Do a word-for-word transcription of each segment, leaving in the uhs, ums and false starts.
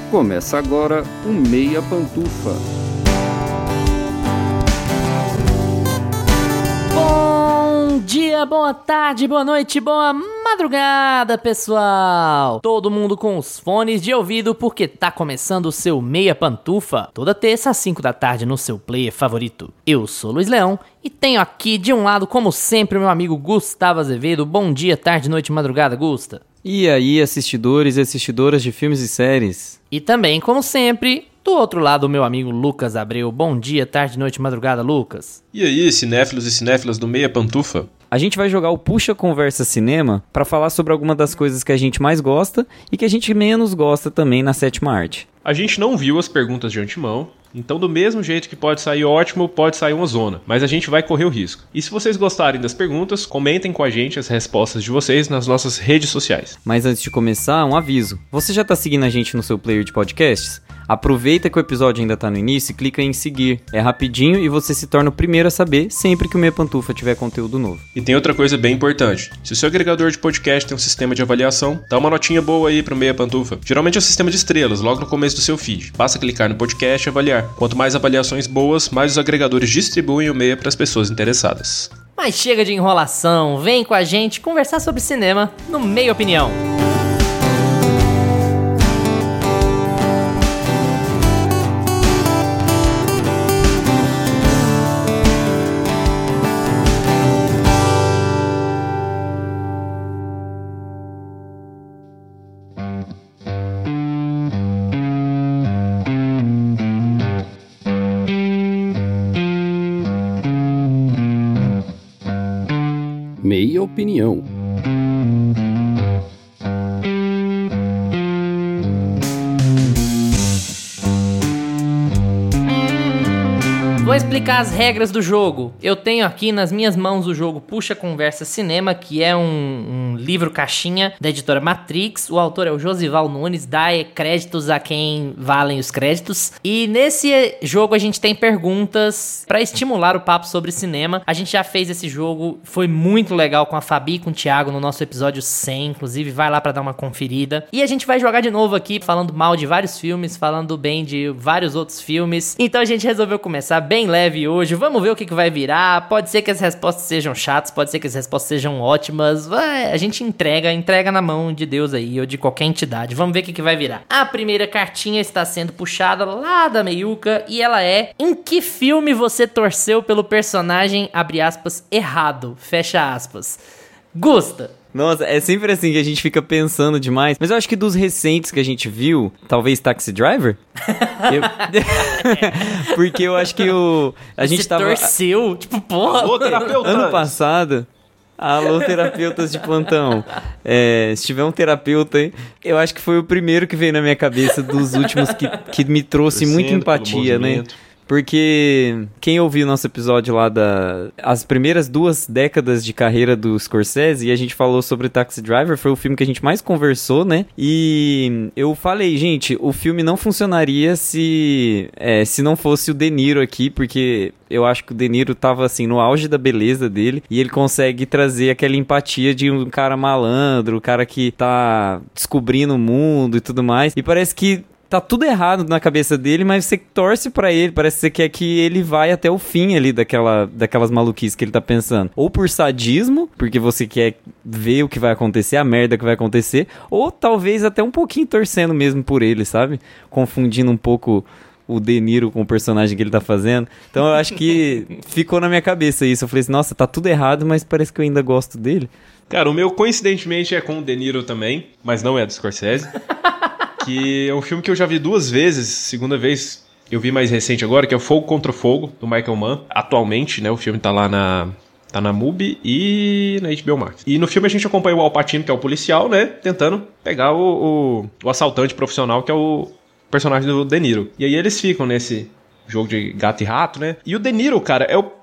Começa agora o Meia Pantufa. Bom dia, boa tarde, boa noite, boa madrugada, pessoal! Todo mundo com os fones de ouvido porque tá começando o seu Meia Pantufa. Toda terça às cinco da tarde no seu player favorito. Eu sou Luiz Leão e tenho aqui de um lado, como sempre, o meu amigo Gustavo Azevedo. Bom dia, tarde, noite, madrugada, Gusta. E aí, assistidores e assistidoras de filmes e séries? E também, como sempre, do outro lado, o meu amigo Lucas Abreu. Bom dia, tarde, noite, madrugada, Lucas. E aí, cinéfilos e cinéfilas do Meia Pantufa? A gente vai jogar o Puxa Conversa Cinema para falar sobre alguma das coisas que a gente mais gosta e que a gente menos gosta também na sétima arte. A gente não viu as perguntas de antemão, então do mesmo jeito que pode sair ótimo, pode sair uma zona, mas a gente vai correr o risco. E se vocês gostarem das perguntas, comentem com a gente as respostas de vocês nas nossas redes sociais. Mas antes de começar, um aviso. Você já tá seguindo a gente no seu player de podcasts? Aproveita que o episódio ainda tá no início e clica em seguir. É rapidinho e você se torna o primeiro a saber sempre que o Meia Pantufa tiver conteúdo novo. E tem outra coisa bem importante. Se o seu agregador de podcast tem um sistema de avaliação, dá uma notinha boa aí pro Meia Pantufa. Geralmente é um sistema de estrelas, logo no começo do seu feed. Basta clicar no podcast e avaliar. Quanto mais avaliações boas, mais os agregadores distribuem o Meia para as pessoas interessadas. Mas chega de enrolação, vem com a gente conversar sobre cinema no Meia Opinião. Meia Opinião. Vou explicar as regras do jogo. Eu tenho aqui nas minhas mãos o jogo Puxa Conversa Cinema, que é um, um livro caixinha da editora Matrix. O autor é o Josival Nunes, dá créditos a quem valem os créditos. E nesse jogo a gente tem perguntas para estimular o papo sobre cinema. A gente já fez esse jogo, foi muito legal com a Fabi e com o Thiago no nosso episódio cem, inclusive vai lá para dar uma conferida. E a gente vai jogar de novo aqui, falando mal de vários filmes, falando bem de vários outros filmes. Então a gente resolveu começar bem leve hoje, vamos ver o que, que vai virar. Pode ser que as respostas sejam chatas, pode ser que as respostas sejam ótimas. Vai, a gente entrega, entrega na mão de Deus aí, ou de qualquer entidade. Vamos ver o que, que vai virar. A primeira cartinha está sendo puxada lá da meiuca e ela é: em que filme você torceu pelo personagem, abre aspas, errado, fecha aspas? Gusta. Nossa, é sempre assim que a gente fica pensando demais. Mas eu acho que dos recentes que a gente viu, talvez Taxi Driver? eu... Porque eu acho que o... a Você gente tava... torceu? Tipo, porra... Alô, terapeuta! Ano passado... Alô, terapeutas de plantão. É, se tiver um terapeuta aí, eu acho que foi o primeiro que veio na minha cabeça dos últimos que, que me trouxe Torcendo muita empatia, né? Porque quem ouviu nosso episódio lá da... as primeiras duas décadas de carreira do Scorsese, e a gente falou sobre Taxi Driver, foi o filme que a gente mais conversou, né? E eu falei, gente, o filme não funcionaria se, é, se não fosse o De Niro aqui, porque eu acho que o De Niro tava, assim, no auge da beleza dele, e ele consegue trazer aquela empatia de um cara malandro, o cara que tá descobrindo o mundo e tudo mais, e parece que tá tudo errado na cabeça dele, mas você torce pra ele, parece que você quer que ele vai até o fim ali daquela, daquelas maluquices que ele tá pensando. Ou por sadismo, porque você quer ver o que vai acontecer, a merda que vai acontecer, ou talvez até um pouquinho torcendo mesmo por ele, sabe? Confundindo um pouco o De Niro com o personagem que ele tá fazendo. Então eu acho que ficou na minha cabeça isso. Eu falei assim, nossa, tá tudo errado, mas parece que eu ainda gosto dele. Cara, o meu coincidentemente é com o De Niro também, mas não é do Scorsese. Que é um filme que eu já vi duas vezes, segunda vez eu vi mais recente agora, que é o Fogo Contra Fogo, do Michael Mann. Atualmente, né, o filme tá lá na... tá na Mubi e na H B O Max. E no filme a gente acompanha o Al Pacino, que é o policial, né, tentando pegar o, o, o assaltante profissional, que é o personagem do De Niro. E aí eles ficam nesse jogo de gato e rato, né? E o De Niro, cara, é o,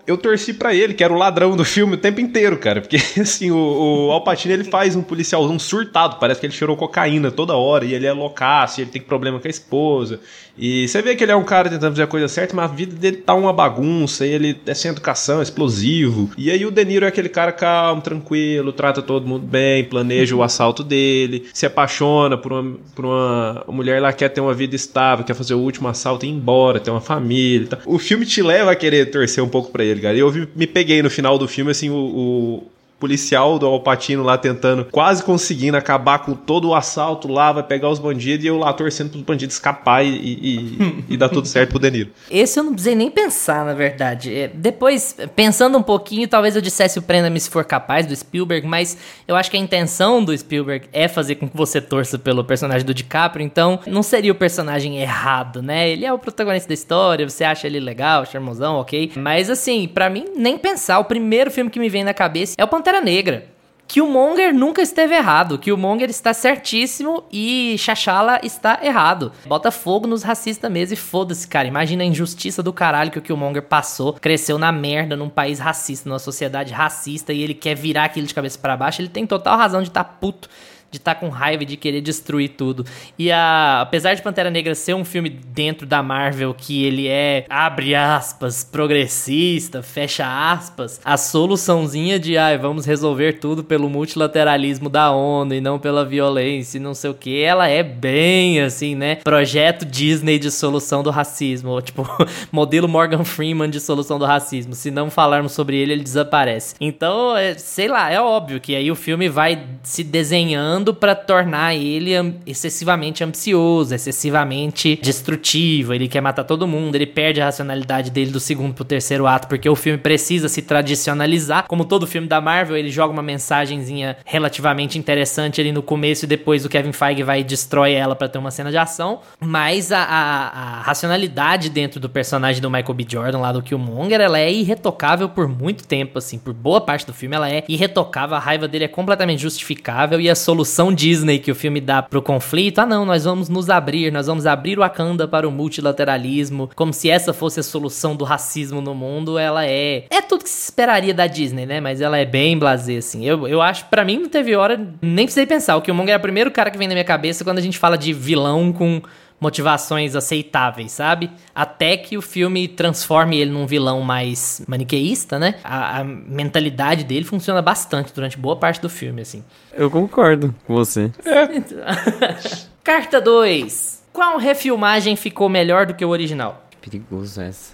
eu torci pra ele, que era o ladrão do filme o tempo inteiro, cara. Porque, assim, o, o Al Pacino, ele faz um policialzão surtado. Parece que ele cheirou cocaína toda hora. E ele é loucaço, e ele tem problema com a esposa. E você vê que ele é um cara tentando fazer a coisa certa, mas a vida dele tá uma bagunça. E ele é sem educação, é explosivo. E aí o De Niro é aquele cara calmo, tranquilo, trata todo mundo bem, planeja o assalto dele, se apaixona por uma, por uma mulher lá que quer ter uma vida estável, quer fazer o último assalto e ir embora, ter uma família e tal. O filme te leva a querer torcer um pouco pra ele, cara. E eu me peguei no final do filme, assim, o, o policial do Al Pacino lá tentando, quase conseguindo acabar com todo o assalto lá, vai pegar os bandidos, e eu lá torcendo pros bandidos escapar e, e, e dar tudo certo pro De Niro. Esse eu não precisei nem pensar, na verdade. É, depois, pensando um pouquinho, talvez eu dissesse o Prenda-me se for capaz, do Spielberg, mas eu acho que a intenção do Spielberg é fazer com que você torça pelo personagem do DiCaprio, então não seria o personagem errado, né? Ele é o protagonista da história, você acha ele legal, charmosão, ok? Mas assim, pra mim, nem pensar. O primeiro filme que me vem na cabeça é o Pantera Negra. Killmonger nunca esteve errado. Killmonger está certíssimo e T'Challa está errado. Bota fogo nos racistas mesmo e foda-se, cara. Imagina a injustiça do caralho que o Killmonger passou. Cresceu na merda num país racista, numa sociedade racista, e ele quer virar aquilo de cabeça pra baixo. Ele tem total razão de estar puto, de estar com raiva e de querer destruir tudo. E a, apesar de Pantera Negra ser um filme dentro da Marvel que ele é, abre aspas, progressista, fecha aspas, a soluçãozinha de, ai, vamos resolver tudo pelo multilateralismo da ONU e não pela violência e não sei o que, ela é bem assim, né? Projeto Disney de solução do racismo, ou, tipo, modelo Morgan Freeman de solução do racismo. Se não falarmos sobre ele, ele desaparece. Então, é, sei lá, é óbvio que aí o filme vai se desenhando para tornar ele excessivamente ambicioso, excessivamente destrutivo. Ele quer matar todo mundo, ele perde a racionalidade dele do segundo pro terceiro ato, porque o filme precisa se tradicionalizar. Como todo filme da Marvel, ele joga uma mensagenzinha relativamente interessante ali no começo, e depois o Kevin Feige vai e destrói ela para ter uma cena de ação. Mas a, a, a racionalidade dentro do personagem do Michael B. Jordan, lá do Killmonger, ela é irretocável por muito tempo, assim, por boa parte do filme ela é irretocável, a raiva dele é completamente justificável, e a solução Disney que o filme dá pro conflito, ah não, nós vamos nos abrir, nós vamos abrir o Wakanda para o multilateralismo, como se essa fosse a solução do racismo no mundo, ela é... É tudo que se esperaria da Disney, né? Mas ela é bem blasé, assim. Eu, eu acho, pra mim, não teve hora, nem precisei pensar. O Killmonger é o primeiro cara que vem na minha cabeça quando a gente fala de vilão com motivações aceitáveis, sabe? Até que o filme transforme ele num vilão mais maniqueísta, né? A, a mentalidade dele funciona bastante durante boa parte do filme, assim. Eu concordo com você. É. Carta dois. Qual refilmagem ficou melhor do que o original? Perigoso essa.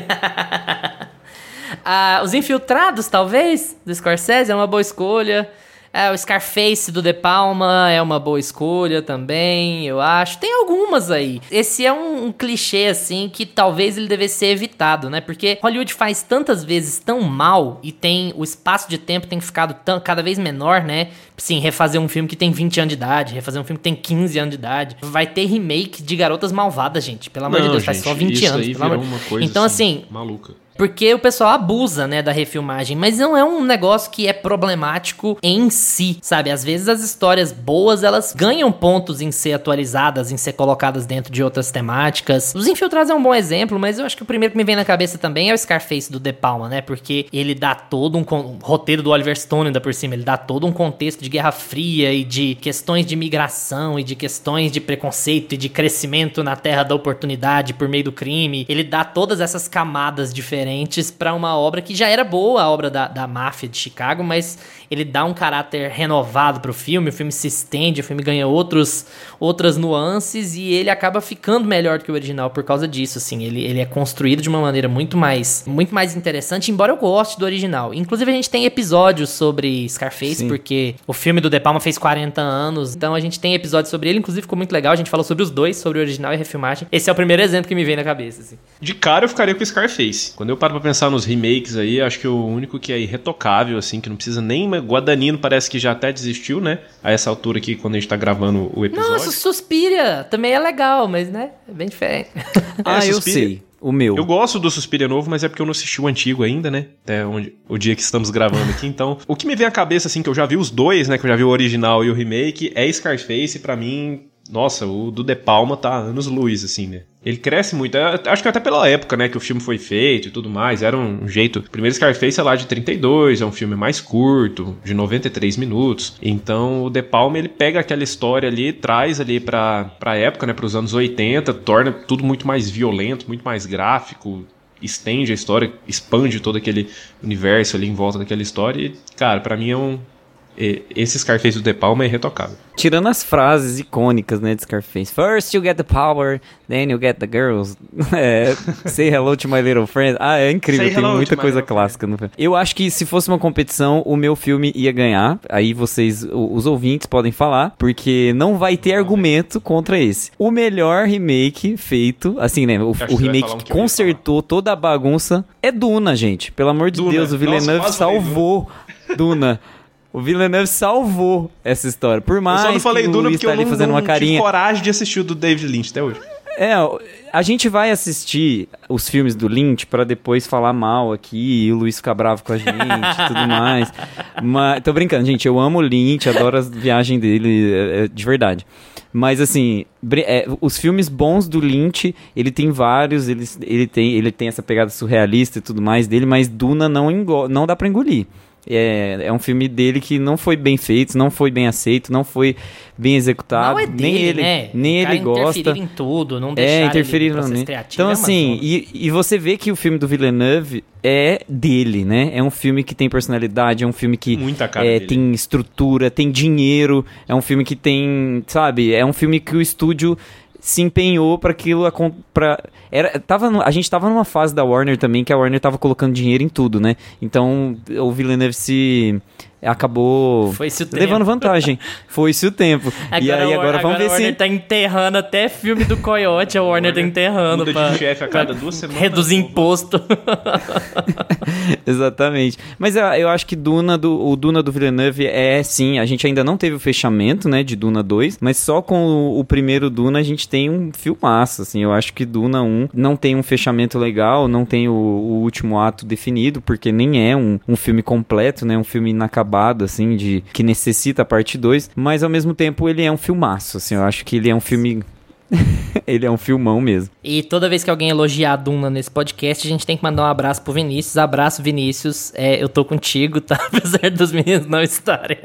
ah, Os Infiltrados, talvez, do Scorsese, é uma boa escolha. É, o Scarface do De Palma é uma boa escolha também, eu acho. Tem algumas aí. Esse é um, um clichê, assim, que talvez ele devesse ser evitado, né? Porque Hollywood faz tantas vezes tão mal e tem o espaço de tempo tem ficado tão, cada vez menor, né? Sim, refazer um filme que tem vinte anos de idade, refazer um filme que tem quinze anos de idade. Vai ter remake de Garotas Malvadas, gente. Pelo amor Não, de Deus, gente, faz só vinte anos. Aí pelo amor... uma coisa então, assim, assim maluca. Porque o pessoal abusa, né, da refilmagem, mas não é um negócio que é problemático em si, sabe? Às vezes as histórias boas, elas ganham pontos em ser atualizadas, em ser colocadas dentro de outras temáticas. Os Infiltrados é um bom exemplo, mas eu acho que o primeiro que me vem na cabeça também é o Scarface do De Palma, né? Porque ele dá todo um, con- um roteiro do Oliver Stone ainda por cima, ele dá todo um contexto de Guerra Fria e de questões de migração e de questões de preconceito e de crescimento na terra da oportunidade por meio do crime. Ele dá todas essas camadas diferentes para uma obra que já era boa, a obra da, da máfia de Chicago, mas ele dá um caráter renovado pro filme, o filme se estende, o filme ganha outros, outras nuances e ele acaba ficando melhor do que o original por causa disso, assim, ele, ele é construído de uma maneira muito mais, muito mais interessante, embora eu goste do original. Inclusive a gente tem episódios sobre Scarface, Sim. porque o filme do De Palma fez quarenta anos, então a gente tem episódios sobre ele, inclusive ficou muito legal, a gente falou sobre os dois, sobre o original e a refilmagem. Esse é o primeiro exemplo que me vem na cabeça, assim. De cara eu ficaria com o Scarface. Quando eu paro pra pensar nos remakes aí, acho que o único que é irretocável, assim, que não precisa nem... Guadagnino parece que já até desistiu, né? A essa altura aqui, quando a gente tá gravando o episódio. Nossa, Suspiria também é legal, mas, né? É bem diferente. ah, é, eu sei. O meu. Eu gosto do Suspiria novo, mas é porque eu não assisti o antigo ainda, né? Até onde, o dia que estamos gravando aqui. Então, o que me vem à cabeça, assim, que eu já vi os dois, né? Que eu já vi o original e o remake, é Scarface. Pra mim, nossa, o do De Palma tá anos-luz, assim, né? Ele cresce muito, acho que até pela época, né, que o filme foi feito e tudo mais, era um jeito... Primeiro Scarface é lá de trinta e dois, é um filme mais curto, de noventa e três minutos, então o De Palma, ele pega aquela história ali, traz ali pra, pra época, né, pros anos oitenta, torna tudo muito mais violento, muito mais gráfico, estende a história, expande todo aquele universo ali em volta daquela história e, cara, pra mim é um... Esse Scarface do De Palma é irretocável. Tirando as frases icônicas, né, de Scarface. First you get the power, then you get the girls. É, say hello to my little friend. Ah, é incrível, say tem muita coisa clássica no filme. Eu acho que se fosse uma competição, o meu filme ia ganhar. Aí vocês, os ouvintes, podem falar, porque não vai ter argumento contra esse. O melhor remake feito, assim, né, o, o remake que consertou toda a bagunça é Duna, gente. Pelo amor de Duna. Deus, o Villeneuve Nossa, salvou Duna. O Villeneuve salvou essa história. Por mais eu só não falei que o Duna Luiz porque tá eu ali não, fazendo não uma carinha. tive coragem de assistir o do David Lynch até hoje. É, a gente vai assistir os filmes do Lynch pra depois falar mal aqui e o Luiz ficar bravo com a gente e tudo mais. Mas, tô brincando, gente. Eu amo o Lynch, adoro as viagens dele, é, é, de verdade. Mas, assim, é, os filmes bons do Lynch, ele tem vários, ele, ele, tem, ele tem essa pegada surrealista e tudo mais dele, mas Duna não, engol, não dá pra engolir. É, é um filme dele que não foi bem feito, não foi bem aceito, não foi bem executado. Não é dele, nem ele, né? nem ele gosta. Interferir em tudo, não deixar é, interferir ele no processo no criativo. Então, assim, e, e você vê que o filme do Villeneuve é dele, né? É um filme que tem personalidade, é um filme que Muita cara é, dele. tem estrutura, tem dinheiro, é um filme que tem, sabe? É um filme que o estúdio se empenhou para aquilo, pra, era, tava no, a gente tava numa fase da Warner também, que a Warner tava colocando dinheiro em tudo, né? Então o Villeneuve se acabou levando vantagem. Foi-se o tempo. Agora, e aí agora, agora vamos ver a Warner se... tá enterrando até filme do Coyote, a Warner, Warner tá enterrando. Muda pra, de chefe a cada duas semanas. Reduzir imposto. Exatamente. Mas eu, eu acho que Duna do, o Duna do Villeneuve é, sim, a gente ainda não teve o fechamento, né, de Duna dois, mas só com o, o primeiro Duna a gente tem um filmaço, assim. Eu acho que Duna um não tem um fechamento legal, não tem o, o último ato definido, porque nem é um, um filme completo, né, um filme inacabado, assim, de, que necessita a parte dois, mas ao mesmo tempo ele é um filmaço, assim, eu acho que ele é um filme... ele é um filmão mesmo. E toda vez que alguém elogiar a Duna nesse podcast, a gente tem que mandar um abraço pro Vinícius. Abraço, Vinícius, é, eu tô contigo, tá? Apesar dos meninos não estarem.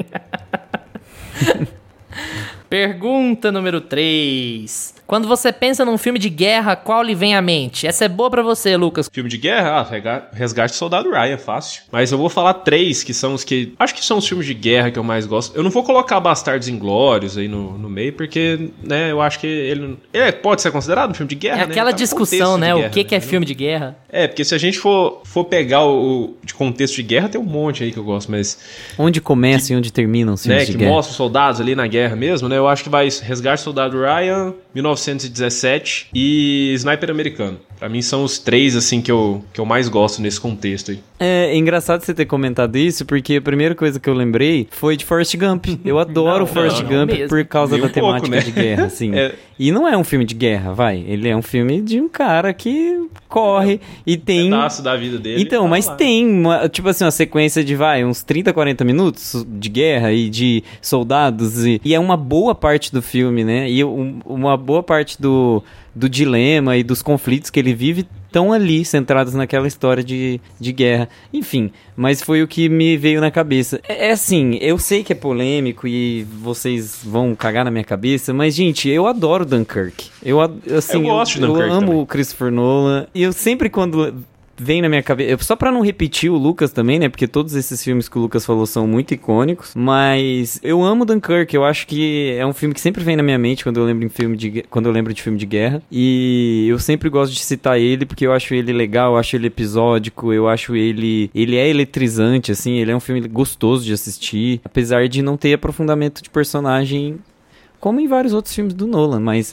Pergunta número três. Quando você pensa num filme de guerra, qual lhe vem à mente? Essa é boa pra você, Lucas. Filme de guerra? Ah, Resgate do Soldado Ryan, fácil. Mas eu vou falar três, que são os que... Acho que são os filmes de guerra que eu mais gosto. Eu não vou colocar Bastardos Inglórios aí no, no meio, porque, né, eu acho que ele... Ele pode ser considerado um filme de guerra, É aquela né? Tá discussão, né? Guerra, o que, né? que é filme de guerra? É, porque se a gente for, for pegar o, o de contexto de guerra, tem um monte aí que eu gosto, mas... Onde começa que, e onde terminam os filmes né, de que guerra. Que mostra os soldados ali na guerra mesmo, né? Eu acho que vai Resgate do Soldado Ryan, mil novecentos e dezessete e Sniper Americano. Pra mim são os três, assim, que eu, que eu mais gosto nesse contexto aí. É, é engraçado você ter comentado isso, porque a primeira coisa que eu lembrei foi de Forrest Gump. Eu adoro não, Forrest não, não Gump mesmo. por causa Nem da um pouco, temática né? de guerra, assim. É. E não é um filme de guerra, vai. Ele é um filme de um cara que corre é. e tem... Um pedaço da vida dele. Então, tá mas lá. tem, uma, tipo assim, uma sequência de, vai, uns trinta, quarenta minutos de guerra e de soldados. E, e é uma boa parte do filme, né? E um, uma boa parte do, do dilema e dos conflitos que ele vive estão ali, centrados naquela história de, de guerra. Enfim, mas foi o que me veio na cabeça. É, é assim, eu sei que é polêmico e vocês vão cagar na minha cabeça, mas, gente, eu adoro Dunkirk. Eu, assim, eu gosto eu, de Dunkirk eu amo também. o Christopher Nolan. E eu sempre, quando... vem na minha cabeça, só pra não repetir o Lucas também, né, porque todos esses filmes que o Lucas falou são muito icônicos, mas eu amo Dunkirk, eu acho que é um filme que sempre vem na minha mente quando eu lembro, em filme de, quando eu lembro de filme de guerra, e eu sempre gosto de citar ele, porque eu acho ele legal, eu acho ele episódico, eu acho ele, ele é eletrizante, assim, ele é um filme gostoso de assistir, apesar de não ter aprofundamento de personagem, como em vários outros filmes do Nolan, mas...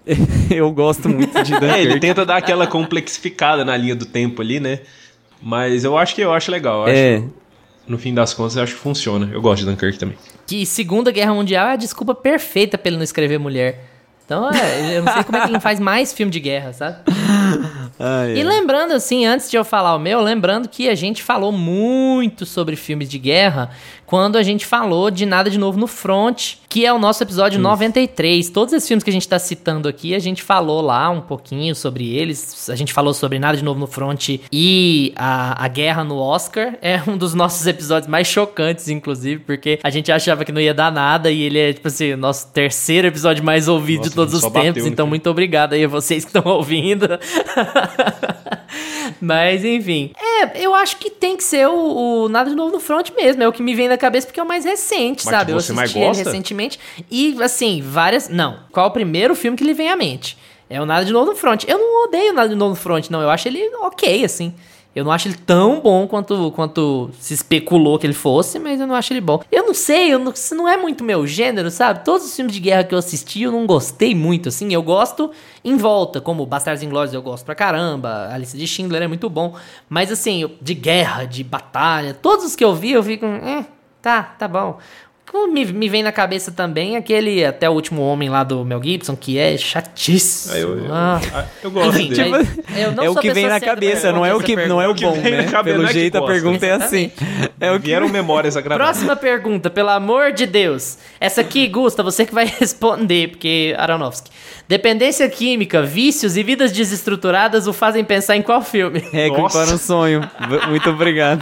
eu gosto muito de Dunkirk. É, ele tenta dar aquela complexificada na linha do tempo ali, né? Mas eu acho que eu acho legal. Eu é. acho, no fim das contas, eu acho que funciona. Eu gosto de Dunkirk também. Que Segunda Guerra Mundial é a desculpa perfeita pra ele não escrever mulher. Então, é, eu não sei como é que ele faz mais filme de guerra, sabe? Ai, E ai. lembrando, assim, antes de eu falar o meu, lembrando que a gente falou muito sobre filmes de guerra quando a gente falou de Nada de Novo no Front, que é o nosso episódio Isso. noventa e três. Todos esses filmes que a gente tá citando aqui, a gente falou lá um pouquinho sobre eles. A gente falou sobre Nada de Novo no Front e a, a guerra no Oscar. É um dos nossos episódios mais chocantes, inclusive, porque a gente achava que não ia dar nada e ele é, tipo assim, o nosso terceiro episódio mais ouvido Nossa, de todos a gente os só tempos. bateu no Então, filme. muito obrigado aí a vocês que estão ouvindo. Mas, enfim. É, eu acho que tem que ser o, o Nada de Novo no Front mesmo. É o que me vem na cabeça porque é o mais recente, Mas sabe? que Eu você mais assisti ele gosta? recentemente. E, assim, várias... Não. Qual o primeiro filme que lhe vem à mente? É o Nada de Novo no Front. Eu não odeio o Nada de Novo no Front, não. Eu acho ele ok, assim. Eu não acho ele tão bom quanto, quanto se especulou que ele fosse, mas eu não acho ele bom. Eu não sei, eu não, isso não é muito meu gênero, sabe? Todos os filmes de guerra que eu assisti, eu não gostei muito, assim. Eu gosto em volta, como Bastardos Inglórios eu gosto pra caramba, A Lista de Schindler é muito bom. Mas, assim, eu- de guerra, de batalha, todos os que eu vi, eu fico... Eh, tá, tá bom. Como me, me vem na cabeça também aquele Até o Último Homem lá do Mel Gibson, que é chatíssimo. Ah, eu, eu, Ah. ah, eu gosto Enfim, dele. aí- eu não É o sou a que vem pessoa na certa pra cabeça, não é o que, responder não é o O que bom, vem na né? cabeça, Pelo não é que jeito a gosta. pergunta é assim. É o que... Vieram memórias agradáveis. Próxima pergunta, pelo amor de Deus. Essa aqui, Gusta, você que vai responder, porque Aronofsky. Dependência química, vícios e vidas desestruturadas o fazem pensar em qual filme? Requiem Nossa. para um sonho. V- Muito obrigado.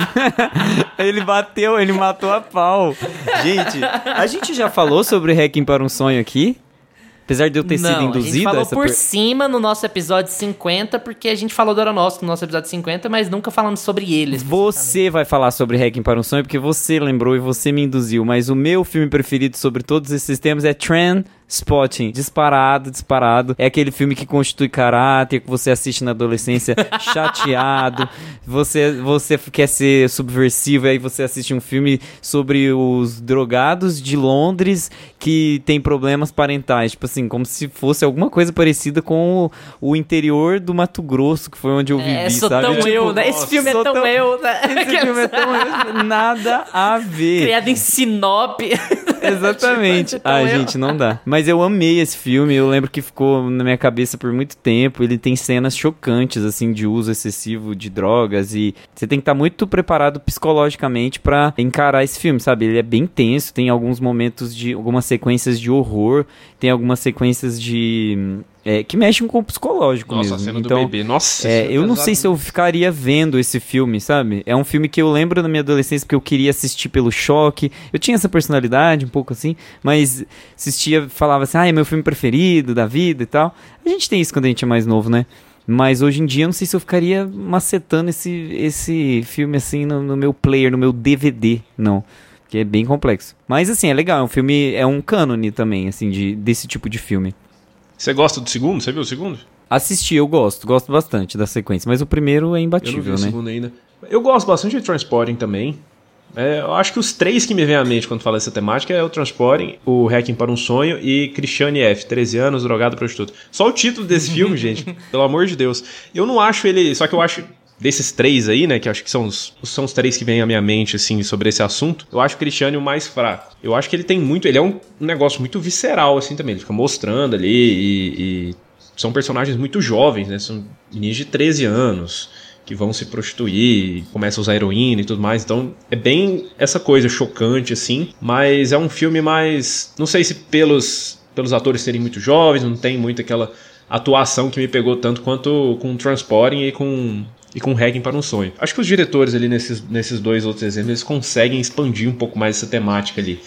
Ele bateu, ele matou a pau. Gente, a gente já falou sobre Requiem para um sonho aqui? Apesar de eu ter Não, sido a gente induzido a falou essa por per- cima no nosso episódio cinquenta, porque a gente falou do Aronofsky no nosso episódio cinquenta, mas nunca falamos sobre eles. Você vai falar sobre Requiem para um sonho porque você lembrou e você me induziu, mas o meu filme preferido sobre todos esses temas é Trainspotting. Disparado, disparado. É aquele filme que constitui caráter, que você assiste na adolescência chateado, você, você quer ser subversivo, e aí você assiste um filme sobre os drogados de Londres que tem problemas parentais, tipo assim, como se fosse alguma coisa parecida com o, o interior do Mato Grosso, que foi onde eu vivi, É, sou sabe? tão Tipo, eu, né? Esse nossa, filme é sou tão, tão- eu, né? Esse filme é tão nada a ver. Criado em Sinop. Exatamente. Tipo, Ai, então eu- gente, não dá. Mas eu amei esse filme, eu lembro que ficou na minha cabeça por muito tempo. Ele tem cenas chocantes, assim, de uso excessivo de drogas e você tem que estar muito preparado psicologicamente pra encarar esse filme, sabe? Ele é bem tenso, tem alguns momentos de... algumas sequências de horror, tem algumas sequências de... é, que mexem com o psicológico Nossa, a mesmo. cena Então, do bebê. Nossa, é, esse filme eu é não pesado. sei se eu ficaria vendo esse filme, sabe? É um filme que eu lembro da minha adolescência porque eu queria assistir pelo choque. Eu tinha essa personalidade, um pouco assim, mas assistia, falava assim, ah, é meu filme preferido da vida e tal. A gente tem isso quando a gente é mais novo, né? Mas hoje em dia eu não sei se eu ficaria macetando esse, esse filme assim no, no meu player, no meu D V D, não. Que é bem complexo. Mas assim, é legal, é um filme, é um cânone também, assim, de, desse tipo de filme. Você gosta do segundo? Você viu o segundo? Assistir, eu gosto, gosto bastante da sequência, mas o primeiro é Eu não vi imbatível, o né? segundo ainda. Eu gosto bastante de Transporting também. É, eu acho que os três que me vêm à mente quando fala dessa temática é o Transporting, o Requiem para um Sonho e Christiane F., treze anos, drogado, prostituto. Só o título desse filme, gente, pelo amor de Deus. Eu não acho ele... Só que eu acho... Desses três aí, né, que acho que são os, são os três que vêm à minha mente, assim, sobre esse assunto, eu acho o Christiane o mais fraco. Eu acho que ele tem muito... Ele é um, um negócio muito visceral, assim, também. Ele fica mostrando ali e... e são personagens muito jovens, né? São meninos de treze anos que vão se prostituir, começam a usar heroína e tudo mais. Então, é bem essa coisa chocante, assim. Mas é um filme mais... Não sei se pelos, pelos atores serem muito jovens, não tem muito aquela atuação que me pegou tanto quanto com Transporting e com... e com Requiem para um Sonho. Acho que os diretores ali nesses, nesses dois outros exemplos, eles conseguem expandir um pouco mais essa temática ali.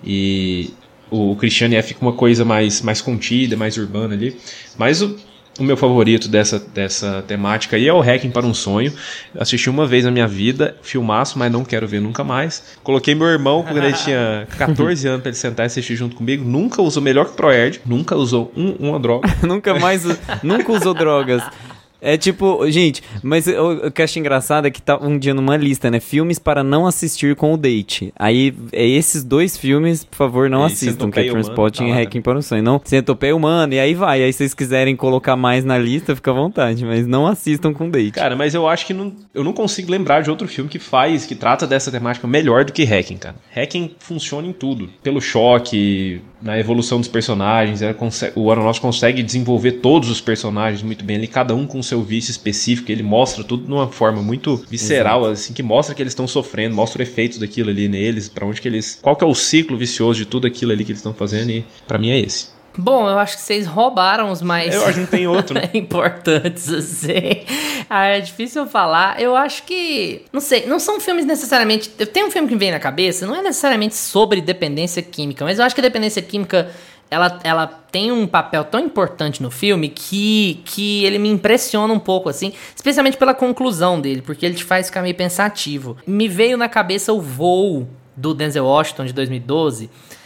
E o Christiane F. fica uma coisa mais, mais contida, mais urbana ali. Mas o, o meu favorito dessa, dessa temática aí é o Requiem para um Sonho. Assisti uma vez na minha vida, filmaço, mas não quero ver nunca mais. Coloquei meu irmão quando ele tinha catorze anos para ele sentar e assistir junto comigo. Nunca usou, melhor que Proerd, nunca usou um, uma droga. Nunca mais, nunca usou drogas. É tipo, gente, mas o, o que eu acho engraçado é que tá um dia numa lista, né? Filmes para não assistir com o date. Aí, é esses dois filmes, por favor, não E assistam, que é Centopeia Humana, Transporting tá e lá, Requiem para um Sonho. Não, Centopeia Humana, e aí vai. Aí, se vocês quiserem colocar mais na lista, fica à vontade, mas não assistam com date. Cara, mas eu acho que não, eu não consigo lembrar de outro filme que faz, que trata dessa temática melhor do que Requiem, cara. Requiem funciona em tudo. Pelo choque, na evolução dos personagens. Ela consegue, o Aronofsky consegue desenvolver todos os personagens muito bem ali, cada um com seu vício específico. Ele mostra tudo de uma forma muito visceral, Exato. assim, que mostra que eles estão sofrendo, mostra o efeito daquilo ali neles, pra onde que eles... Qual que é o ciclo vicioso de tudo aquilo ali que eles estão fazendo, e pra mim é esse. Bom, eu acho que vocês roubaram os mais... Eu acho que não tem outro, né? importantes, assim. Ah, é difícil falar. Eu acho que... Não sei, não são filmes necessariamente... Eu tenho um filme que me vem na cabeça, não é necessariamente sobre dependência química, mas eu acho que a dependência química, ela, ela tem um papel tão importante no filme que, que ele me impressiona um pouco, assim, especialmente pela conclusão dele, porque ele te faz ficar meio pensativo. Me veio na cabeça o Voo, do Denzel Washington, de dois mil e doze,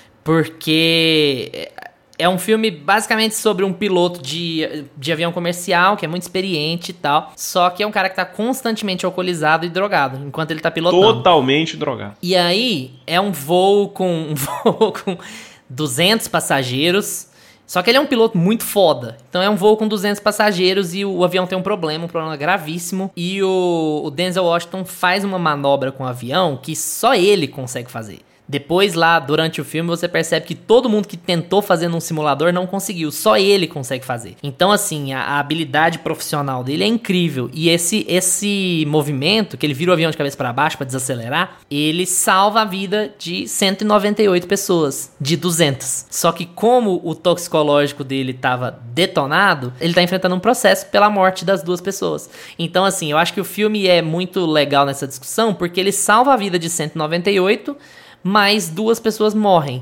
porque... É um filme basicamente sobre um piloto de, de avião comercial, que é muito experiente e tal. Só que é um cara que tá constantemente alcoolizado e drogado, enquanto ele tá pilotando. Totalmente drogado. E aí, é um voo com, um voo com duzentos passageiros. Só que ele é um piloto muito foda. Então é um voo com duzentos passageiros e o, o avião tem um problema, um problema gravíssimo. E o, o Denzel Washington faz uma manobra com o avião que só ele consegue fazer. Depois lá, durante o filme, você percebe que todo mundo que tentou fazer num simulador não conseguiu. Só ele consegue fazer. Então, assim, a, a habilidade profissional dele é incrível. E esse, esse movimento, que ele vira o avião de cabeça para baixo para desacelerar, ele salva a vida de cento e noventa e oito pessoas, de duzentas. Só que como o toxicológico dele estava detonado, ele tá enfrentando um processo pela morte das duas pessoas. Então, assim, eu acho que o filme é muito legal nessa discussão, porque ele salva a vida de cento e noventa e oito, mas duas pessoas morrem.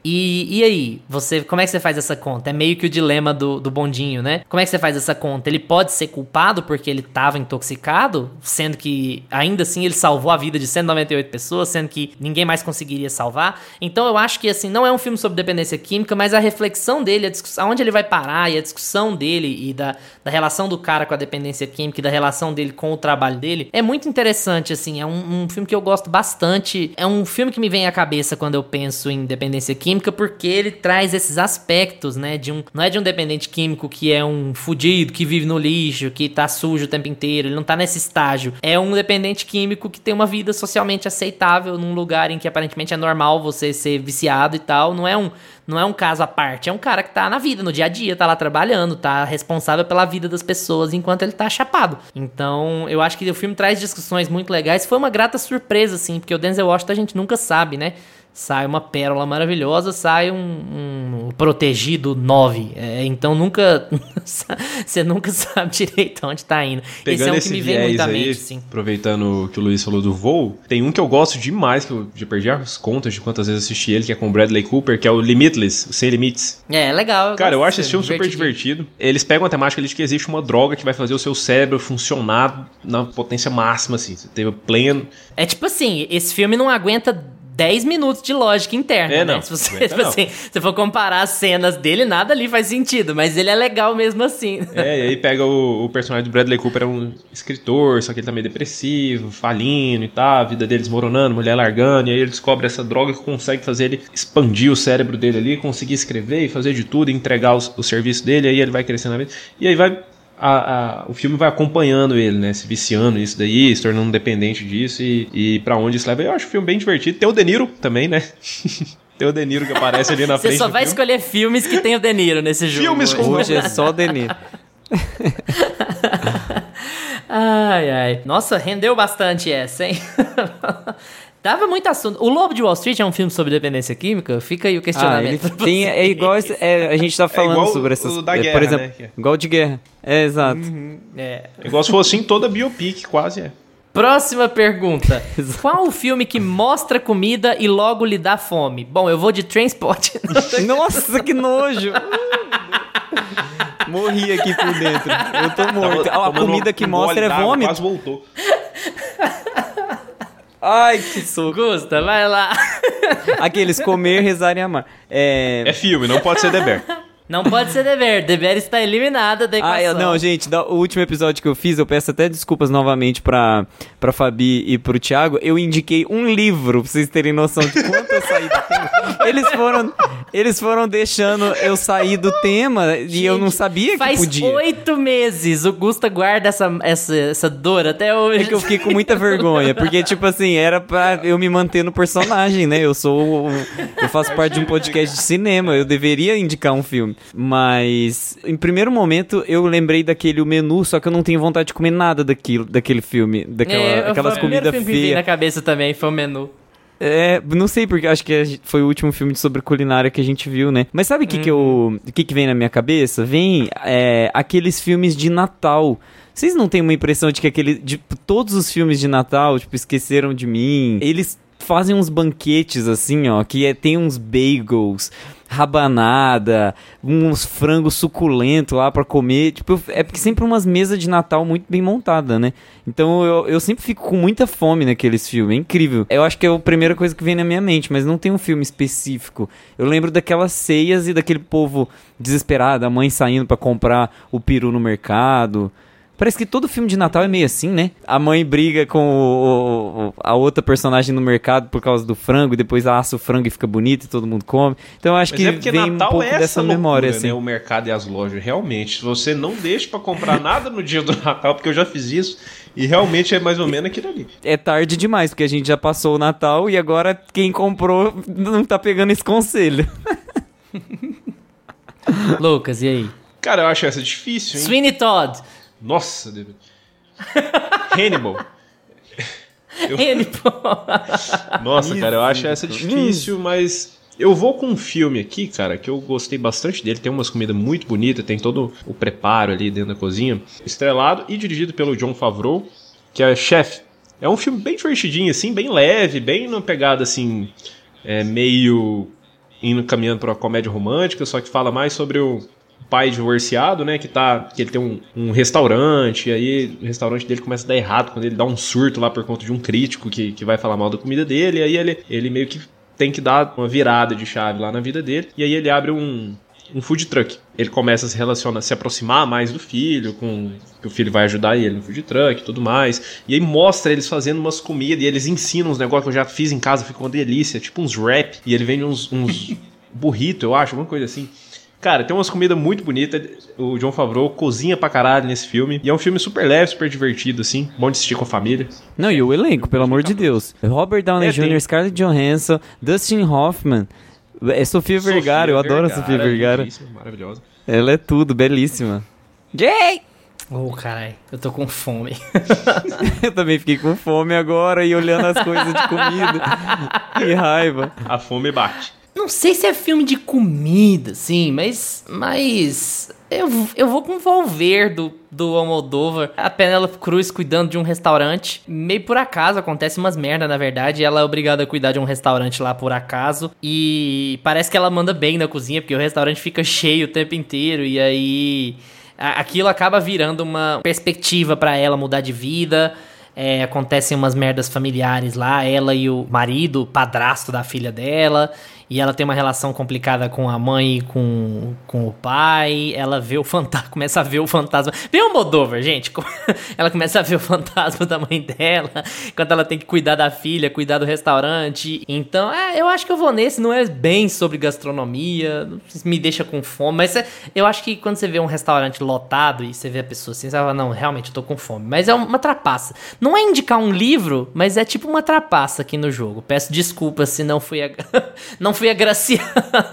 E, e aí, você, como é que você faz essa conta? É meio que o dilema do, do bondinho, né? Como é que você faz essa conta? Ele pode ser culpado porque ele estava intoxicado, sendo que ainda assim ele salvou a vida de cento e noventa e oito pessoas, sendo que ninguém mais conseguiria salvar. Então eu acho que assim, não é um filme sobre dependência química, mas a reflexão dele, a discussão, aonde ele vai parar e a discussão dele e da, da relação do cara com a dependência química e da relação dele com o trabalho dele, é muito interessante, assim, é um, um filme que eu gosto bastante. É um filme que me vem à cabeça quando eu penso em dependência química, porque ele traz esses aspectos, né, de um, não é de um dependente químico que é um fudido, que vive no lixo, que tá sujo o tempo inteiro, ele não tá nesse estágio. É um dependente químico que tem uma vida socialmente aceitável num lugar em que aparentemente é normal você ser viciado e tal. Não é um, não é um caso à parte, é um cara que tá na vida, no dia a dia, tá lá trabalhando, tá responsável pela vida das pessoas enquanto ele tá chapado. Então, eu acho que o filme traz discussões muito legais. Foi uma grata surpresa, assim, porque o Denzel Washington a gente nunca sabe, né? Sai uma pérola maravilhosa, sai um, um protegido nove. É, então nunca... Você nunca sabe direito onde tá indo. Pegando esse é um que me vem muito à mente, sim. Aproveitando que o Luiz falou do Voo, tem um que eu gosto demais, que eu já perdi as contas de quantas vezes assisti ele, que é com o Bradley Cooper, que é o Limitless, o Sem Limites. É, legal. Eu Cara, eu acho esse filme super divertido. Eles pegam a temática ali de que existe uma droga que vai fazer o seu cérebro funcionar na potência máxima, assim. Você teve pleno... É tipo assim, esse filme não aguenta dez minutos de lógica interna, é, né? Não, se você, tipo assim, se for comparar as cenas dele, nada ali faz sentido, mas ele é legal mesmo assim. É, e aí pega o, o personagem do Bradley Cooper, é um escritor, só que ele tá meio depressivo, falindo e tal, a vida dele desmoronando, mulher largando, e aí ele descobre essa droga que consegue fazer ele expandir o cérebro dele ali, conseguir escrever e fazer de tudo, entregar os, o serviço dele, aí ele vai crescendo na vida, e aí vai... A, a, o filme vai acompanhando ele, né? Se viciando nisso daí, se tornando dependente disso e, e pra onde isso leva. Eu acho o filme bem divertido. Tem o De Niro também, né? Tem o De Niro que aparece ali na frente. Você só vai filme. escolher filmes que tem o De Niro nesse jogo. Filmes com Hoje é só o De Niro. Ai, ai. Nossa, rendeu bastante essa, hein? Dava muito assunto. O Lobo de Wall Street é um filme sobre dependência química? Fica aí o questionamento. Ah, ele tem, é igual é, a gente tá falando é sobre essas... O da é, guerra, por exemplo, né? igual de guerra. É, exato. Uhum, é. É igual se fosse assim toda biopic, quase é. Próxima pergunta. Qual o filme que mostra comida e logo lhe dá fome? Bom, eu vou de Trainspotting. Nossa, que nojo! Morri aqui por dentro. Eu tô morto. Tava, a comida que mostra é vômito. Quase voltou. Ai, que soco. Gusta, vai lá. Aqueles comer, rezar e amar. É... É filme, não pode ser The Bear. Não pode ser dever. Dever está eliminada da equação. Ah, eu, não, gente, da, o último episódio que eu fiz, eu peço até desculpas novamente pra, pra Fabi e pro Thiago. Eu indiquei um livro, pra vocês terem noção de quanto eu saí do tema. Eles foram, eles foram deixando eu sair do tema e Gente, eu não sabia que faz podia. Faz oito meses o Gusta guarda essa, essa, essa dor até hoje. É que eu fiquei com muita vergonha, porque, tipo assim, era pra eu me manter no personagem, né? Eu sou... Eu faço parte de um podcast de cinema, eu deveria indicar um filme. Mas, em primeiro momento, eu lembrei daquele o menu, só que eu não tenho vontade de comer nada daquilo, daquele filme, daquela, é, aquelas comidas feias. O primeiro filme que veio na cabeça também foi o menu. É, não sei, porque acho que foi o último filme sobre culinária que a gente viu, né? Mas sabe o que, hum. que eu... O que, que vem na minha cabeça? Vem é, aqueles filmes de Natal. Vocês não têm uma impressão de que aquele, de, todos os filmes de Natal, tipo, Esqueceram de Mim, eles fazem uns banquetes, assim, ó, que é, tem uns bagels, rabanada, uns frangos suculentos lá pra comer, tipo, é porque sempre umas mesas de Natal muito bem montadas, né? Então eu, eu sempre fico com muita fome naqueles filmes, é incrível. Eu acho que é a primeira coisa que vem na minha mente, mas não tem um filme específico. Eu lembro daquelas ceias e daquele povo desesperado, a mãe saindo pra comprar o peru no mercado. Parece que todo filme de Natal é meio assim, né? A mãe briga com o, o, a outra personagem no mercado por causa do frango, e depois assa o frango e fica bonito e todo mundo come. Então eu acho Mas que é vem Natal um pouco é dessa loucura, memória, assim. Né? O mercado e as lojas, realmente. Se você não deixa pra comprar nada no dia do Natal, porque eu já fiz isso, e realmente é mais ou menos aquilo ali. É tarde demais, porque a gente já passou o Natal e agora quem comprou não tá pegando esse conselho. Lucas, e aí? Cara, eu acho essa difícil, hein? Sweeney Todd. Nossa, Deus. Hannibal. Eu... Hannibal. Nossa, cara, eu acho essa difícil, mas eu vou com um filme aqui, cara, que eu gostei bastante dele. Tem umas comidas muito bonitas, tem todo o preparo ali dentro da cozinha. Estrelado e dirigido pelo Jon Favreau, que é Chef. É um filme bem divertidinho, assim, bem leve, bem numa pegada, assim, é, meio indo caminhando pra uma comédia romântica, só que fala mais sobre o pai divorciado, né, que, tá, que ele tem um, um restaurante, e aí o restaurante dele começa a dar errado quando ele dá um surto lá por conta de um crítico que, que vai falar mal da comida dele, e aí ele, ele meio que tem que dar uma virada de chave lá na vida dele, e aí ele abre um, um food truck. Ele começa a se relacionar, se aproximar mais do filho, com que o filho vai ajudar ele no food truck e tudo mais, e aí mostra eles fazendo umas comidas, e eles ensinam uns negócios que eu já fiz em casa, ficou uma delícia, tipo uns wrap, e ele vende uns, uns burrito, eu acho, alguma coisa assim. Cara, tem umas comidas muito bonitas. O Jon Favreau cozinha pra caralho nesse filme. E é um filme super leve, super divertido, assim. Bom de assistir com a família. Não, e o elenco, pelo amor de Deus. Robert Downey é, Júnior, tem... Scarlett Johansson, Dustin Hoffman, é Sofia Vergara. Eu adoro Vergara, a Sofia Vergara. Maravilhosa. Ela é tudo, belíssima. Jay! Oh, caralho, eu tô com fome. Eu também fiquei com fome agora e olhando as coisas de comida. Que raiva. A fome bate. Não sei se é filme de comida, sim, mas... Mas... Eu, eu vou com o Volver do, do Almodóvar. A Penélope Cruz cuidando de um restaurante. Meio por acaso, acontece umas merda, na verdade. Ela é obrigada a cuidar de um restaurante lá por acaso. E parece que ela manda bem na cozinha, porque o restaurante fica cheio o tempo inteiro. E aí... Aquilo acaba virando uma perspectiva pra ela mudar de vida. É, acontecem umas merdas familiares lá. Ela e o marido, o padrasto da filha dela... E ela tem uma relação complicada com a mãe e com, com o pai. Ela vê o fantasma, começa a ver o fantasma. Vê o Almodóvar, gente. Ela começa a ver o fantasma da mãe dela. Enquanto ela tem que cuidar da filha, cuidar do restaurante. Então, é, eu acho que eu vou nesse. Não é bem sobre gastronomia. Me deixa com fome. Mas é, eu acho que quando você vê um restaurante lotado e você vê a pessoa assim, você fala, não, realmente eu tô com fome. Mas é uma trapaça. Não é indicar um livro, mas é tipo uma trapaça aqui no jogo. Peço desculpas se não fui... A... não fui agraciado.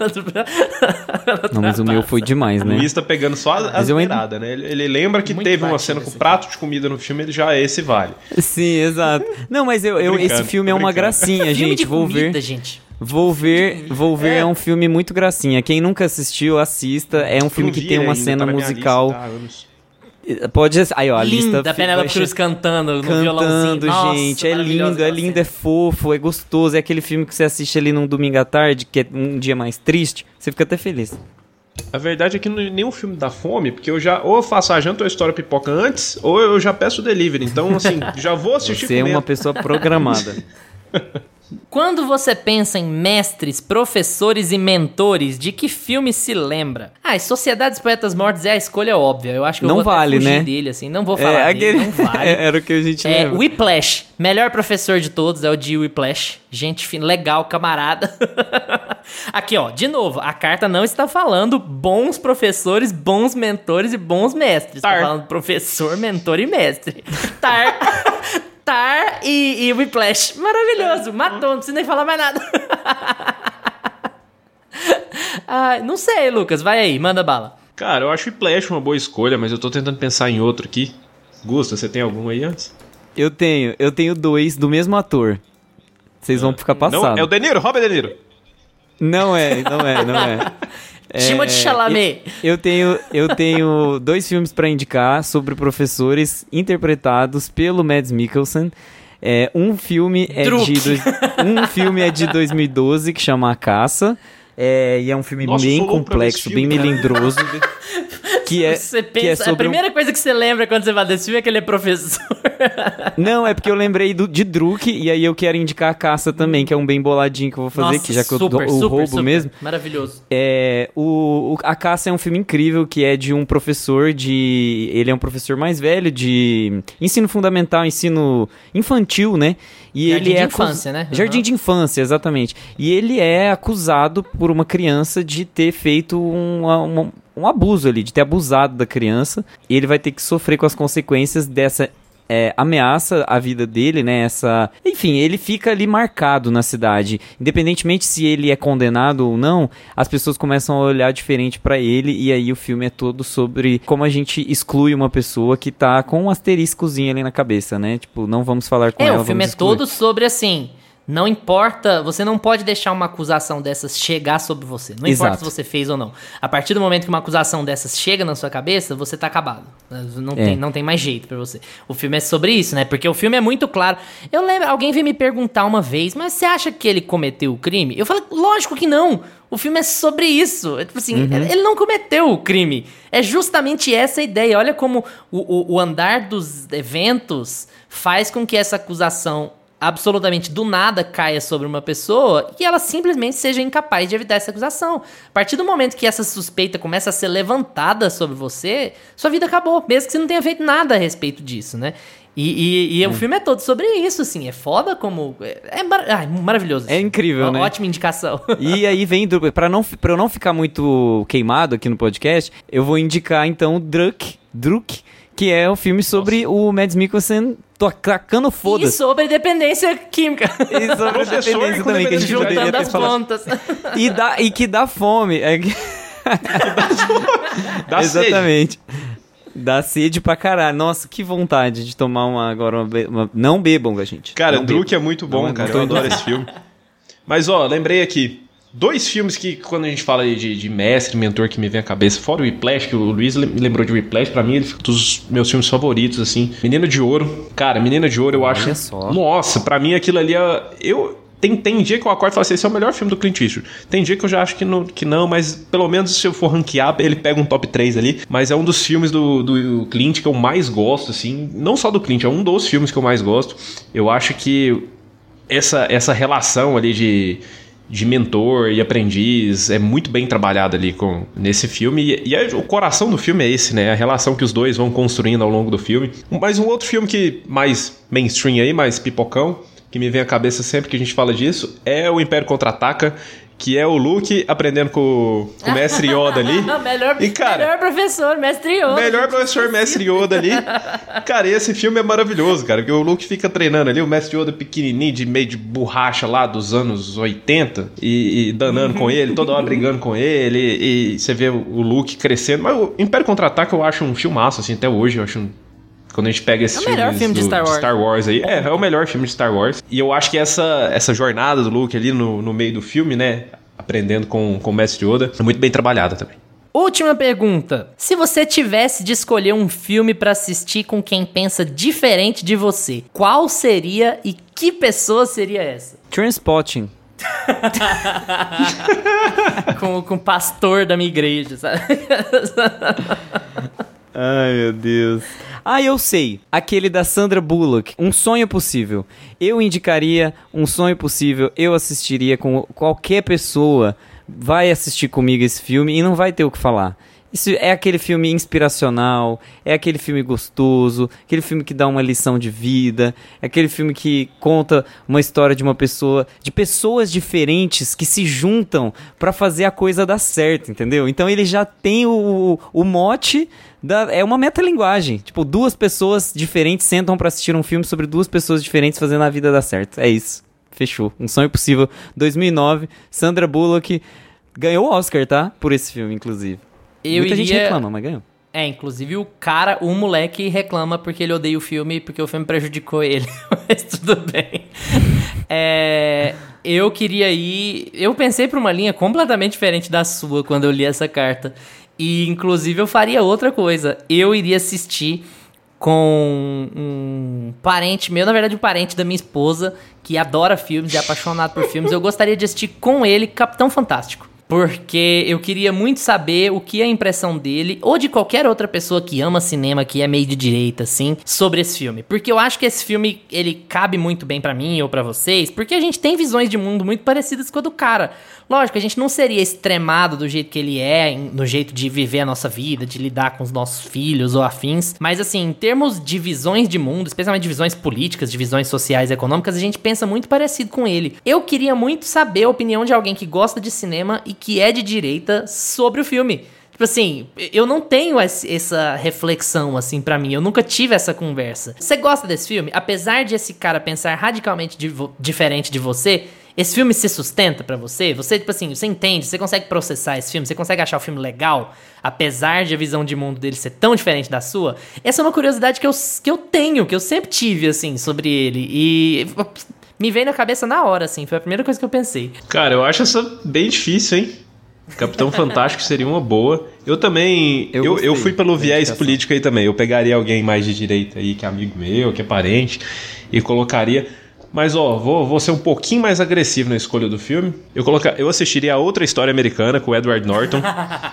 Não, mas o meu foi demais, né? O Luiz tá pegando só as beiradas, né? Ele, ele lembra que muito teve uma cena com prato de comida no filme, ele já, esse vale. Sim, exato. Não, mas eu, eu esse filme é uma gracinha, gente. Vou comida, ver. Gente. Vou ver, vou ver, é. é um filme muito gracinha. Quem nunca assistiu, assista. É um filme que tem uma cena musical. Pode aí, ó, a linda, lista... Da Penélope Cruz cantando no cantando, violãozinho. Nossa, gente, é lindo, é lindo, é fofo, é gostoso. É aquele filme que você assiste ali num domingo à tarde, que é um dia mais triste, você fica até feliz. A verdade é que nenhum filme dá fome, porque eu já ou eu faço a janta ou estouro pipoca antes, ou eu já peço o delivery. Então, assim, já vou assistir Você comendo. É uma pessoa programada. Quando você pensa em mestres, professores e mentores, de que filme se lembra? Ah, Sociedade dos Poetas Mortos é a escolha óbvia. Eu acho que eu não vou vale, até fugir né? dele, assim. Não vou falar é, dele, aquele... não vale. Era o que a gente É, lembra. Whiplash. Melhor professor de todos é o de Whiplash. Gente fina, legal, camarada. Aqui, ó, de novo, a carta não está falando bons professores, bons mentores e bons mestres. Tar. Está falando professor, mentor e mestre. Tar... Tar e, e Whiplash. Maravilhoso. Matou, não precisa nem falar mais nada. ah, não sei, Lucas. Vai aí, manda bala. Cara, eu acho o Whiplash uma boa escolha, mas eu tô tentando pensar em outro aqui. Gusta, você tem algum aí antes? Eu tenho, eu tenho dois do mesmo ator. Vocês vão ficar passados. Não, é o De Niro, Robert De Niro. Não é, não é, não é. Timothée Chalamet. Eu, eu tenho, eu tenho dois filmes pra indicar sobre professores interpretados pelo Mads Mikkelsen. É, um filme é Druk. de dois, um filme é de dois mil e doze que chama A Caça. É, e é um filme Nossa, bem falou pra ver esse complexo, filme, bem cara. melindroso. Que é, Você pensa, que é a sobre um- primeira coisa que você lembra quando você vai desse filme é que ele é professor. Não, é porque eu lembrei do, de Druk, e aí eu quero indicar A Caça também, que é um bem boladinho que eu vou fazer, Nossa, que já que eu super, dou o super, roubo super. mesmo. Maravilhoso. É, o, o- A Caça é um filme incrível que é de um professor de... Ele é um professor mais velho de ensino fundamental, ensino infantil, né? E Jardim ele é de acus- infância, né? Jardim Uhum. de infância, exatamente. E ele é acusado por uma criança de ter feito um, um, um abuso ali, de ter abusado da criança. E ele vai ter que sofrer com as consequências dessa... É, ameaça a vida dele, né? Essa... Enfim, ele fica ali marcado na cidade. Independentemente se ele é condenado ou não, as pessoas começam a olhar diferente pra ele, e aí o filme é todo sobre como a gente exclui uma pessoa que tá com um asteriscozinho ali na cabeça, né? Tipo, não vamos falar com É, ela, o filme é vamos excluir. todo sobre assim. Não importa, você não pode deixar uma acusação dessas chegar sobre você. Não importa Exato. se você fez ou não. A partir do momento que uma acusação dessas chega na sua cabeça, você tá acabado. Não, É. tem, não tem mais jeito pra você. O filme é sobre isso, né? Porque o filme é muito claro. Eu lembro, alguém veio me perguntar uma vez, mas você acha que ele cometeu o crime? Eu falei, lógico que não. O filme é sobre isso. É, tipo assim, ele não cometeu o crime. É justamente essa a ideia. Olha como o, o, o andar dos eventos faz com que essa acusação absolutamente do nada caia sobre uma pessoa e ela simplesmente seja incapaz de evitar essa acusação. A partir do momento que essa suspeita começa a ser levantada sobre você, sua vida acabou, mesmo que você não tenha feito nada a respeito disso, né? E, e, e o filme é todo sobre isso, assim, é foda como... É, é mar... Ai, maravilhoso. É incrível, Ó, né? Ótima indicação. E aí vem, do- pra, não, pra eu não ficar muito queimado aqui no podcast, eu vou indicar então Druk, Druk, que é o filme sobre o Mads Mikkelsen to- tacando E foda-se. sobre dependência química. E sobre a Professor dependência com também, que a gente dependência poderia Juntando ter as falado. pontas. E, dá, e que dá fome. É que- Dá sede. Exatamente. Dá sede pra caralho. Nossa, que vontade de tomar uma agora. Uma, be- uma- Não bebam, gente. Cara, não Druk é bebam. muito bom, Não, cara. não tô Eu adoro indo- esse filme. Mas, ó, lembrei aqui. Dois filmes que, quando a gente fala aí de, de mestre, mentor, que me vem à cabeça, fora o Whiplash, que o Luiz lem- me lembrou de Whiplash, pra mim ele fica dos meus filmes favoritos, assim. Menina de Ouro. Cara, Menina de Ouro eu acho... Olha só. Nossa, pra mim aquilo ali é... Eu... Tem, tem dia que eu acordo e falo assim, esse é o melhor filme do Clint Eastwood. Tem dia que eu já acho que não, que não, mas pelo menos se eu for ranquear, ele pega um top três ali. Mas é um dos filmes do, do Clint que eu mais gosto, assim. Não só do Clint, é um dos filmes que eu mais gosto. Eu acho que essa, essa relação ali de, de mentor e aprendiz é muito bem trabalhada ali com, nesse filme. E, e é- o coração do filme é esse, né? A relação que os dois vão construindo ao longo do filme. Mas um outro filme que mais mainstream aí, mais pipocão, que me vem à cabeça sempre que a gente fala disso, é o Império Contra-Ataca, que é o Luke aprendendo com, com o Mestre Yoda ali. melhor, E, cara, melhor professor, mestre Yoda. Melhor professor Mestre Yoda ali. Cara, esse filme é maravilhoso, cara, porque o Luke fica treinando ali, o Mestre Yoda pequenininho, de meio de borracha lá dos anos oitenta, e, e danando com ele, toda hora brigando com ele, e, e você vê o Luke crescendo. Mas o Império Contra-Ataque eu acho um filmaço, assim, até hoje eu acho um... Quando a gente pega esses É o melhor filmes filme de do- Star Wars. Star Wars aí, é, é o melhor filme de Star Wars. E eu acho que essa, essa jornada do Luke ali no, no meio do filme, né, aprendendo com, com o Mestre Yoda, é muito bem trabalhada também. Última pergunta. Se você tivesse de escolher um filme pra assistir com quem pensa diferente de você, qual seria e que pessoa seria essa? Transpotting. com, com o pastor da minha igreja, sabe? Ai, meu Deus. Ah, eu sei. Aquele da Sandra Bullock, Um Sonho Possível. Eu indicaria Um Sonho Possível, eu assistiria com qualquer pessoa. Vai assistir comigo esse filme e não vai ter o que falar. Isso é aquele filme inspiracional, é aquele filme gostoso, aquele filme que dá uma lição de vida, é aquele filme que conta uma história de uma pessoa, de pessoas diferentes que se juntam pra fazer a coisa dar certo, entendeu? Então ele já tem o, o mote, da, é uma metalinguagem. Tipo, duas pessoas diferentes sentam pra assistir um filme sobre duas pessoas diferentes fazendo a vida dar certo. É isso. Fechou. Um Sonho Possível, dois mil e nove, Sandra Bullock ganhou o Oscar, tá? Por esse filme, inclusive. Eu Muita iria... gente reclama, mas ganhou. É, inclusive o cara, o moleque reclama porque ele odeia o filme, porque o filme prejudicou ele. Mas tudo bem. É, eu queria ir... Eu pensei pra uma linha completamente diferente da sua quando eu li essa carta. E, inclusive, eu faria outra coisa. Eu iria assistir com um parente meu, na verdade um parente da minha esposa, que adora filmes e é apaixonado por filmes. Eu gostaria de assistir com ele Capitão Fantástico. Porque eu queria muito saber o que é a impressão dele, ou de qualquer outra pessoa que ama cinema, que é meio de direita, assim, sobre esse filme. Porque eu acho que esse filme, ele cabe muito bem pra mim ou pra vocês, porque a gente tem visões de mundo muito parecidas com a do cara. Lógico, a gente não seria extremado do jeito que ele é, no jeito de viver a nossa vida, de lidar com os nossos filhos ou afins. Mas assim, em termos de visões de mundo, especialmente de visões políticas, de visões sociais e econômicas, a gente pensa muito parecido com ele. Eu queria muito saber a opinião de alguém que gosta de cinema e que é de direita sobre o filme. Tipo assim, eu não tenho essa reflexão, assim, pra mim. Eu nunca tive essa conversa. Você gosta desse filme? Apesar de esse cara pensar radicalmente div- diferente de você, esse filme se sustenta pra você? Você, tipo assim, você entende? Você consegue processar esse filme? Você consegue achar o filme legal? Apesar de a visão de mundo dele ser tão diferente da sua? Essa é uma curiosidade que eu, que eu tenho, que eu sempre tive, assim, sobre ele. E... me veio na cabeça na hora, assim. Foi a primeira coisa que eu pensei. Cara, eu acho essa bem difícil, hein? Capitão Fantástico seria uma boa. Eu também... Eu, eu, eu fui pelo viés político aí também. Eu pegaria alguém mais de direita aí, que é amigo meu, que é parente, e colocaria... Mas, ó, vou, vou ser um pouquinho mais agressivo na escolha do filme. Eu, colocar, eu assistiria a Outra História Americana, com o Edward Norton.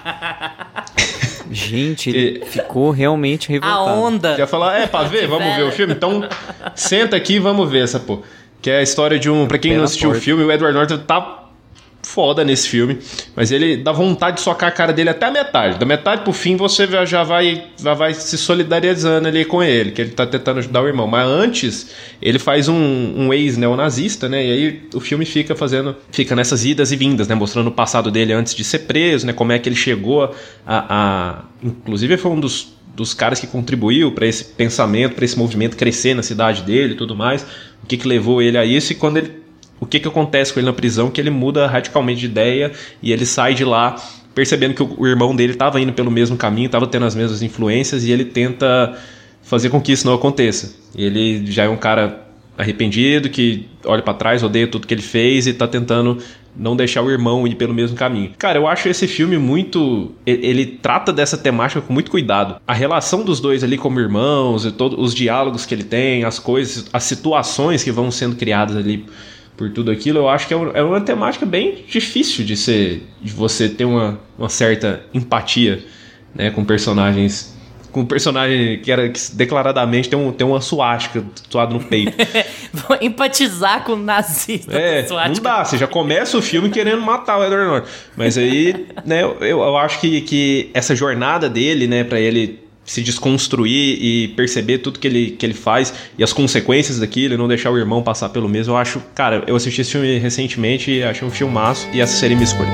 Gente, ele e... ficou realmente revoltado. A onda. Já falar, é, pra ver? Vamos ver o filme? Então, senta aqui e vamos ver essa porra. Que é a história de um... Pra quem não assistiu o filme, o Edward Norton tá foda nesse filme. Mas ele dá vontade de socar a cara dele até a metade. Da metade pro fim, você já vai, já vai se solidarizando ali com ele, que ele tá tentando ajudar o irmão. Mas antes, ele faz um, um ex-neonazista, né? E aí o filme fica fazendo... Fica nessas idas e vindas, né? Mostrando o passado dele antes de ser preso, né? Como é que ele chegou a... a... Inclusive, foi um dos... dos caras que contribuiu para esse pensamento, para esse movimento crescer na cidade dele e tudo mais, o que que levou ele a isso e quando ele, o que que acontece com ele na prisão, que ele muda radicalmente de ideia e ele sai de lá percebendo que o, o irmão dele estava indo pelo mesmo caminho, estava tendo as mesmas influências e ele tenta fazer com que isso não aconteça. Ele já é um cara arrependido, que olha para trás, odeia tudo que ele fez e está tentando não deixar o irmão ir pelo mesmo caminho. Cara, eu acho esse filme muito... Ele, ele trata dessa temática com muito cuidado. A relação dos dois ali como irmãos, e todos os diálogos que ele tem, as coisas, as situações que vão sendo criadas ali por tudo aquilo, eu acho que é uma, é uma temática bem difícil de, ser, de você ter uma, uma certa empatia, né, com personagens... Com um personagem que era que declaradamente tem, um, tem uma suástica tatuada no peito. Vou empatizar com o nazista. É, não dá. Você já começa o filme querendo matar o Edward Norton. Mas aí, né, eu, eu acho que, que essa jornada dele, né, pra ele se desconstruir e perceber tudo que ele, que ele faz e as consequências daquilo e não deixar o irmão passar pelo mesmo, eu acho... Cara, eu assisti esse filme recentemente e achei um filmaço e essa seria minha escolha.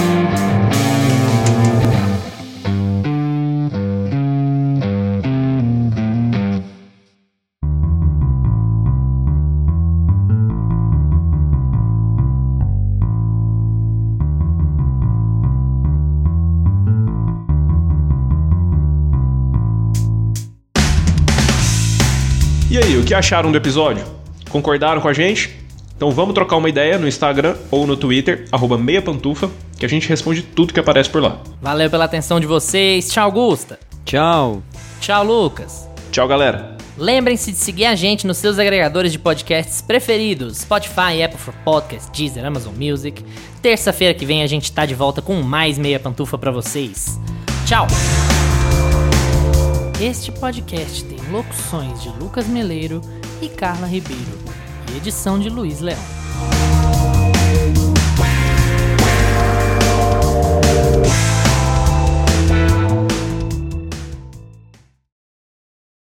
E aí, o que acharam do episódio? Concordaram com a gente? Então vamos trocar uma ideia no Instagram ou no Twitter, arroba meia pantufa, que a gente responde tudo que aparece por lá. Valeu pela atenção de vocês. Tchau, Gusta. Tchau. Tchau, Lucas. Tchau, galera. Lembrem-se de seguir a gente nos seus agregadores de podcasts preferidos, Spotify, Apple for Podcasts, Deezer, Amazon Music. Terça-feira que vem a gente tá de volta com mais Meia Pantufa pra vocês. Tchau. Este podcast tem locuções de Lucas Meleiro e Carla Ribeiro e edição de Luiz Leão.